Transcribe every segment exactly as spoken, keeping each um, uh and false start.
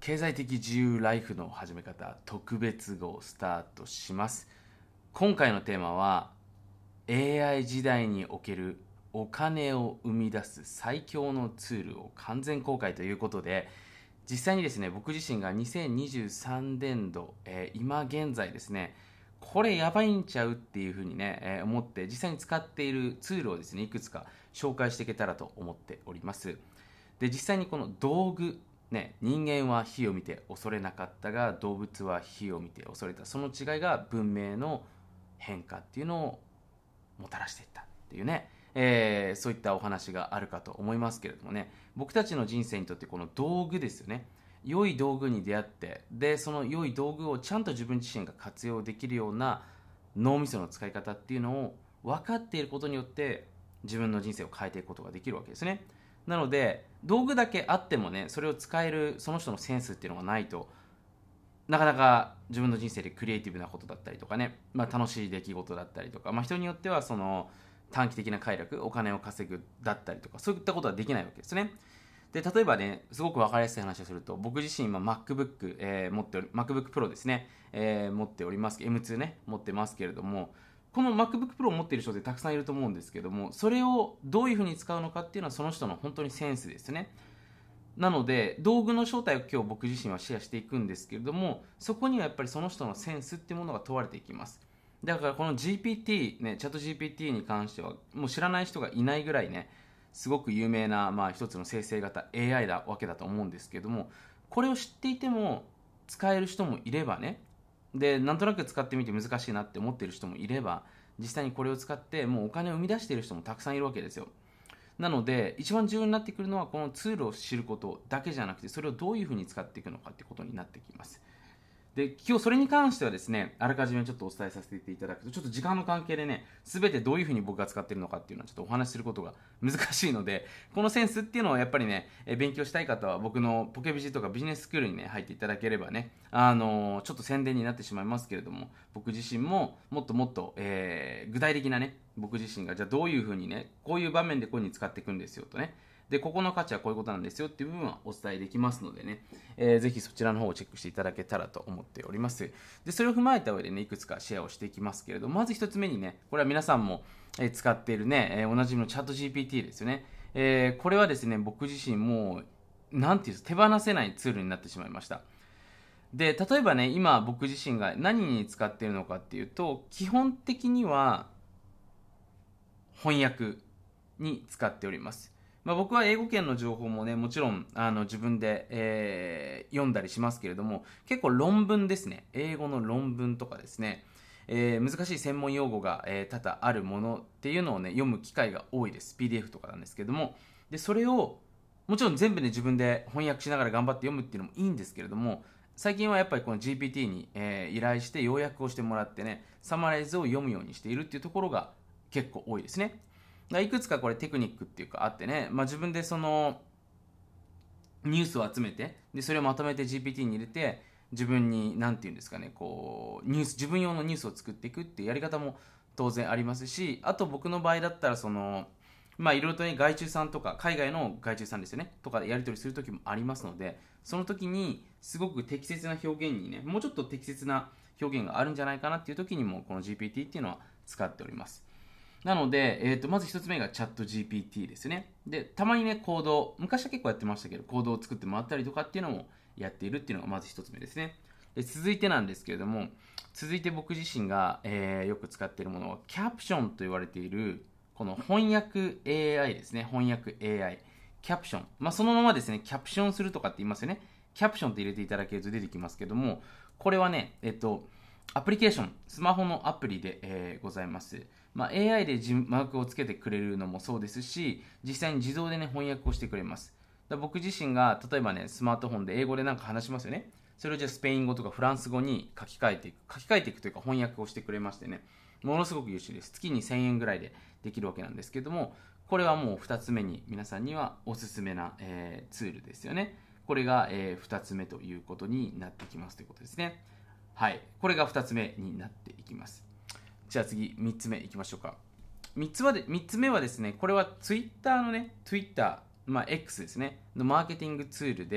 経済的自由ライフの始め方特別号スタートします。今回のテーマは エーアイ 時代におけるお金を生み出す最強のツールを完全公開ということで、実際にですね、僕自身がにせんにじゅうさんねんど、えー、今現在ですね、これやばいんちゃうっていうふうにね、えー、思って実際に使っているツールをですね、いくつか紹介していけたらと思っております。で、実際にこの道具ね、人間は火を見て恐れなかったが動物は火を見て恐れた、その違いが文明の変化っていうのをもたらしていったっていうね、えーそういったお話があるかと思いますけれどもね、僕たちの人生にとってこの道具ですよね。良い道具に出会って、でその良い道具をちゃんと自分自身が活用できるような脳みその使い方っていうのを分かっていることによって自分の人生を変えていくことができるわけですね。なので道具だけあってもね、それを使えるその人のセンスっていうのがないと、なかなか自分の人生でクリエイティブなことだったりとかね、まあ、楽しい出来事だったりとか、まあ、人によってはその短期的な快楽、お金を稼ぐだったりとか、そういったことはできないわけですね。で例えばね、すごく分かりやすい話をすると、僕自身今 MacBook、えー持っており MacBook Pro ですね、えー持っております。 エムツー ね、持ってますけれども、この MacBook Pro を持っている人ってたくさんいると思うんですけども、それをどういうふうに使うのかっていうのはその人の本当にセンスですね。なので道具の正体を今日僕自身はシェアしていくんですけれども、そこにはやっぱりその人のセンスっていうものが問われていきます。だからこの ジーピーティー ね、チャット ジーピーティー に関してはもう知らない人がいないぐらいね、すごく有名な、まあ、一つの生成型 エーアイ だわけだと思うんですけども、これを知っていても使える人もいればね、でなんとなく使ってみて難しいなって思っている人もいれば、実際にこれを使ってもうお金を生み出している人もたくさんいるわけですよ。なので一番重要になってくるのはこのツールを知ることだけじゃなくて、それをどういうふうに使っていくのかっていうことになってきます。で今日それに関してはですね、あらかじめちょっとお伝えさせていただくと、ちょっと時間の関係でね、全てどういうふうに僕が使っているのかっていうのはちょっとお話しすることが難しいので、このセンスっていうのはやっぱりね、え勉強したい方は僕のポケビジとかビジネススクールにね入っていただければね、あのーちょっと宣伝になってしまいますけれども、僕自身ももっともっと、えー具体的なね、僕自身がじゃあどういうふうにね、こういう場面でこういうふうに使っていくんですよとね、でここの価値はこういうことなんですよっていう部分はお伝えできますのでね、えーぜひそちらの方をチェックしていただけたらと思っております。でそれを踏まえた上でね、いくつかシェアをしていきますけれども、まず一つ目にね、これは皆さんもえー使っているね、えーおなじみのチャット ジーピーティー ですよね。えーこれはですね、僕自身もうなんていうんですか、手放せないツールになってしまいました。で例えばね、今僕自身が何に使っているのかっていうと、基本的には翻訳に使っております。まあ、僕は英語圏の情報もね、もちろんあの自分で、えー読んだりしますけれども、結構論文ですね、英語の論文とかですね、えー難しい専門用語が、えー多々あるものっていうのをね、読む機会が多いです。 ピーディーエフ とかなんですけれども、でそれをもちろん全部ね自分で翻訳しながら頑張って読むっていうのもいいんですけれども、最近はやっぱりこの ジーピーティー に、えー依頼して要約をしてもらってね、サマライズを読むようにしているっていうところが結構多いですね。いくつかこれテクニックっていうかあってね、まあ、自分でそのニュースを集めて、でそれをまとめて ジーピーティー に入れて、自分に何て言うんですかね、こうニュース、自分用のニュースを作っていくっていうやり方も当然ありますし、あと僕の場合だったらそのまあいろいろとね、外注さんとか海外の外注さんですよねとかでやり取りする時もありますので、その時にすごく適切な表現にね、もうちょっと適切な表現があるんじゃないかなっていう時にもこの ジーピーティー っていうのは使っております。なので、えー、とまず一つ目がチャット ジーピーティー ですね。でたまにね、コード、昔は結構やってましたけど、コードを作ってもらったりとかっていうのもやっているっていうのがまず一つ目ですね。で続いてなんですけれども、続いて僕自身が、えーよく使っているものはキャプションと言われているこの翻訳 エーアイ ですね。翻訳 エーアイ、キャプション、まあ、そのままですね、キャプションするとかって言いますよね。キャプションって入れていただけると出てきますけども、これはね、えっとアプリケーション、スマホのアプリで、えーございます。まあ、エーアイ で字幕をつけてくれるのもそうですし、実際に自動で、ね、翻訳をしてくれます。だ僕自身が例えばね、スマートフォンで英語でなんか話しますよね。それをじゃあスペイン語とかフランス語に書き換えていく、書き換えていくというか翻訳をしてくれましてね、ものすごく優秀です。月にせんえんぐらいでできるわけなんですけども、これはもうふたつめに皆さんにはおすすめな、えーツールですよね。これが、えーふたつめということになってきますということですね。はい、これがふたつめになっていきます。じゃあ次みっつめいきましょうか。みっつはでみっつめはですね、これは Twitter のね、Twitter、まあ、X ですねのマーケティングツールで、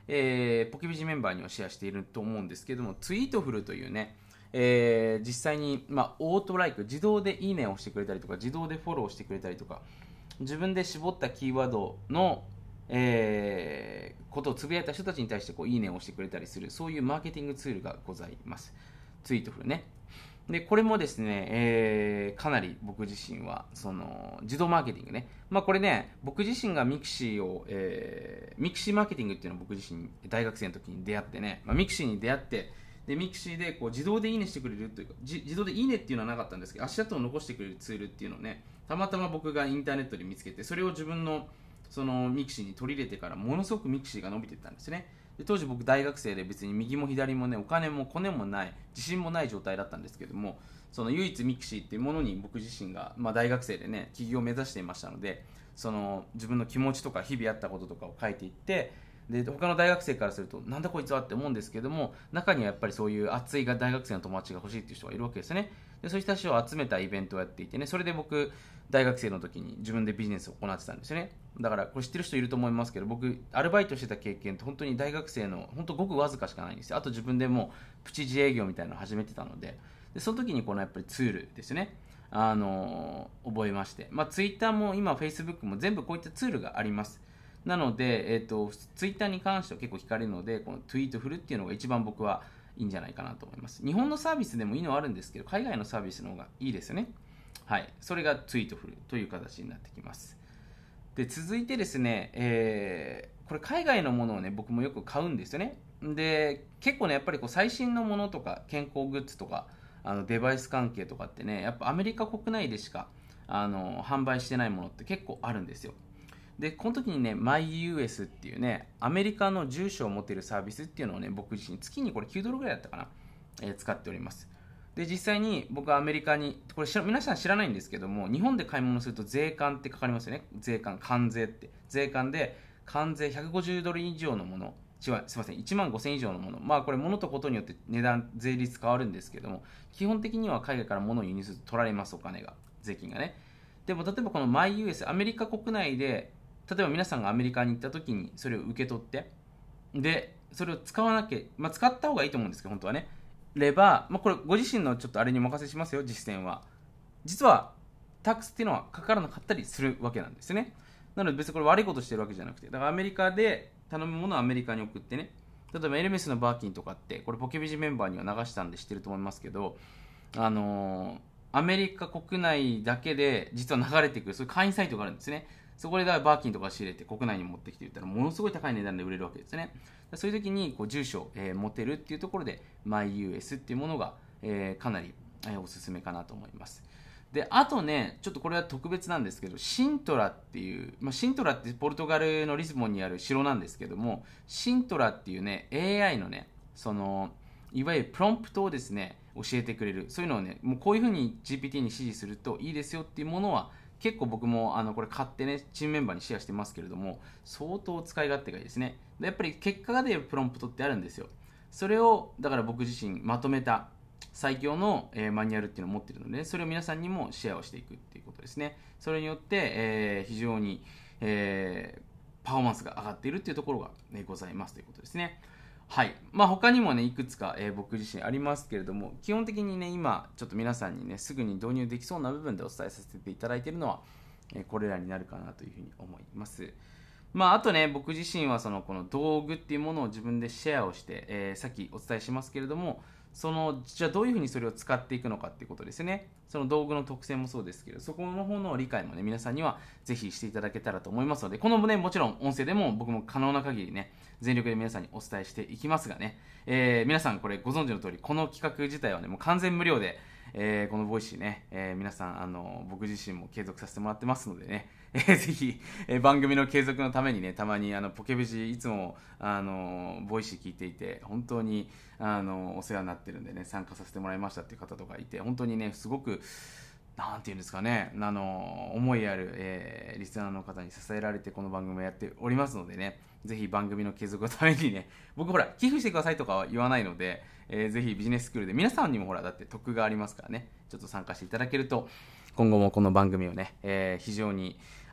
えー、ポケビジメンバーにはシェアしていると思うんですけども、ツイートフルというね、えー実際に、まあ、オートライク、自動でいいねを押してくれたりとか、自動でフォローしてくれたりとか、自分で絞ったキーワードの、えーことをつぶやいた人たちに対してこういいねを押してくれたりする、そういうマーケティングツールがございます。ツイートフルね。で、これもですね、えーかなり僕自身は、その、自動マーケティングね。まあこれね、僕自身がミクシーを、えーミクシーマーケティングっていうのを僕自身、大学生の時に出会ってね、まあ、ミクシーに出会って、で、ミクシーでこう自動でいいねしてくれるというか、じ自動でいいねっていうのはなかったんですけど、足跡を残してくれるツールっていうのをね、たまたま僕がインターネットで見つけて、それを自分の、そのミクシーに取り入れてから、ものすごくミクシーが伸びていったんですね。で当時僕大学生で別に右も左もね、お金もコネもない、自信もない状態だったんですけども、その唯一ミクシーっていうものに僕自身が、まあ、大学生でね起業を目指していましたので、その自分の気持ちとか日々あったこととかを書いていって、で他の大学生からするとなんだこいつはって思うんですけども、中にはやっぱりそういう熱い大学生の友達が欲しいっていう人がいるわけですね。でそういう人たちを集めたイベントをやっていてね、それで僕大学生の時に自分でビジネスを行ってたんですよね。だからこれ知ってる人いると思いますけど、僕アルバイトしてた経験って本当に大学生の本当ごくわずかしかないんですよ。あと自分でもうプチ自営業みたいなのを始めてたので、でその時にこのやっぱりツールですね、あのー覚えまして、まあ、ツイッターも今フェイスブックも全部こういったツールがあります。なので、えー、とツイッターに関しては結構惹かれるので、このツイートフルっていうのが一番僕はいいんじゃないかなと思います。日本のサービスでもいいのはあるんですけど、海外のサービスの方がいいですよね。はい、それがツイートフルという形になってきます。で続いてですね、えーこれ海外のものをね僕もよく買うんですよね。で結構ねやっぱりこう最新のものとか健康グッズとかあのデバイス関係とかってね、やっぱアメリカ国内でしかあの販売してないものって結構あるんですよ。でこの時にね マイユーエス っていうねアメリカの住所を持っているサービスっていうのをね僕自身月にこれきゅうドルぐらいだったかな、えー使っております。で実際に僕はアメリカにこれ知ら皆さん知らないんですけども、日本で買い物すると税関ってかかりますよね。税関、関税って税関で関税ひゃくごじゅうドル以上のもの、違うすいませんいちまんごせん以上のもの、まあこれ物とことによって値段税率変わるんですけども、基本的には海外から物を輸入すると取られます、お金が、税金がね。でも例えばこの マイユーエス アメリカ国内で、例えば皆さんがアメリカに行った時にそれを受け取って、でそれを使わなきゃ、まあ、使った方がいいと思うんですけど本当はね、れば、まあ、これご自身のちょっとあれにお任せしますよ。実践は実はタックスっていうのはかからなかったりするわけなんですね。なので別にこれ悪いことしてるわけじゃなくて、だからアメリカで頼むものをアメリカに送ってね、例えばエルメスのバーキンとかってこれポケビジメンバーには流したんで知ってると思いますけど、あのーアメリカ国内だけで実は流れてくるそういう会員サイトがあるんですね。そこでだからバーキンとか仕入れて国内に持ってきて言ったらものすごい高い値段で売れるわけですね。そういう時にこう住所を、えー持てるっていうところで マイユーエス っていうものが、えーかなり、えーおすすめかなと思います。であとねちょっとこれは特別なんですけど、シントラっていう、まあ、シントラってポルトガルのリスボンにある城なんですけども、シントラっていうね エーアイ のねそのいわゆるプロンプトをですね教えてくれる、そういうのをねもうこういう風に ジーピーティー に指示するといいですよっていうものは結構僕もあのこれ買ってねチームメンバーにシェアしてますけれども、相当使い勝手がいいですね。でやっぱり結果が出るプロンプトってあるんですよ。それをだから僕自身まとめた最強の、えーマニュアルっていうのを持っているので、それを皆さんにもシェアをしていくっていうことですね。それによって、えー非常に、えーパフォーマンスが上がっているっていうところが、ね、ございますということですね。はい。まあ他にもね、いくつか、えー僕自身ありますけれども、基本的にね、今、ちょっと皆さんにね、すぐに導入できそうな部分でお伝えさせていただいているのは、えーこれらになるかなというふうに思います。まあ、あとね、僕自身はそのこの道具っていうものを自分でシェアをして、えーさっきお伝えしますけれども、そのじゃあどういうふうにそれを使っていくのかっていうことですね。その道具の特性もそうですけど、そこの方の理解もね、皆さんにはぜひしていただけたらと思いますので、このね、もちろん音声でも僕も可能な限りね、全力で皆さんにお伝えしていきますがね、えー皆さんこれご存知の通り、この企画自体はね、もう完全無料で、えーこのボイシーね、えー皆さん、あの、僕自身も継続させてもらってますのでね、えーぜひ、えー番組の継続のためにね、たまにあのポケベジいつもあのボイシー聞いていて、本当にあのお世話になってるんでね、参加させてもらいましたっていう方とかいて、本当にね、すごく、なんていうんですかね、あの思いある、えーリスナーの方に支えられてこの番組をやっておりますのでね、ぜひ番組の継続のためにね、僕ほら寄付してくださいとかは言わないので、えーぜひビジネススクールで皆さんにもほらだって得がありますからね、ちょっと参加していただけると今後もこの番組をね、えー非常に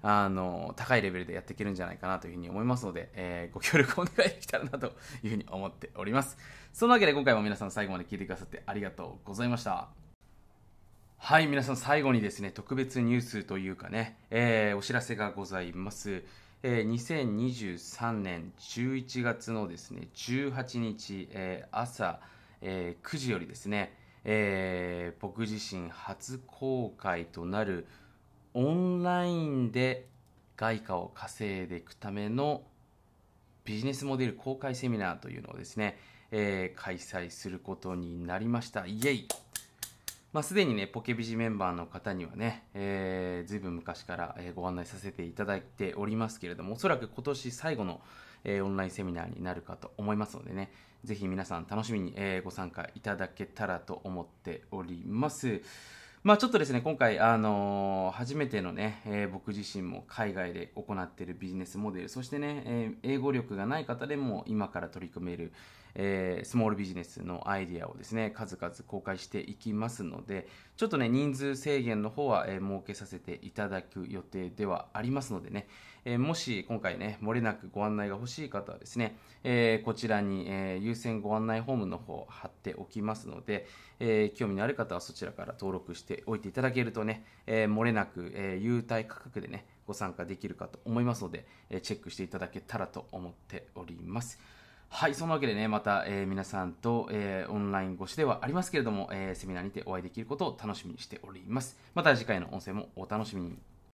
あの高いレベルでやっていけるんじゃないかなというふうに思いますので、えーご協力お願いできたらなというふうに思っております。そのわけで今回も皆さん最後まで聞いてくださってありがとうございました。はい、皆さん最後にですね、特別ニュースというかね、えーお知らせがございます。えーにせんにじゅうさんねんじゅういちがつのですね、じゅうはちにち、えー朝、えーくじよりですね、えー僕自身初公開となるオンラインで外貨を稼いでいくためのビジネスモデル公開セミナーというのをですね、えー開催することになりました。イエイ。まあ、すでにね、ポケビジメンバーの方にはね、えー、ずいぶん昔から、えーご案内させていただいておりますけれども、おそらく今年最後の、えーオンラインセミナーになるかと思いますのでね、ぜひ皆さん楽しみに、えーご参加いただけたらと思っております。まあちょっとですね、今回、あのー初めてのね、えー僕自身も海外で行っているビジネスモデル、そしてね、えー英語力がない方でも今から取り組める、えースモールビジネスのアイディアをですね、数々公開していきますので、ちょっとね、人数制限の方は、えー設けさせていただく予定ではありますのでね、えーもし今回ね、漏れなくご案内が欲しい方はですね、えーこちらに、えー優先ご案内フォームの方を貼っておきますので、えー興味のある方はそちらから登録しておいていただけるとね、えー漏れなく、えー優待価格でね、ご参加できるかと思いますので、えーチェックしていただけたらと思っております。はい、そのわけでね、また、えー皆さんと、えーオンライン越しではありますけれども、えーセミナーにてお会いできることを楽しみにしております。また次回の音声もお楽しみに。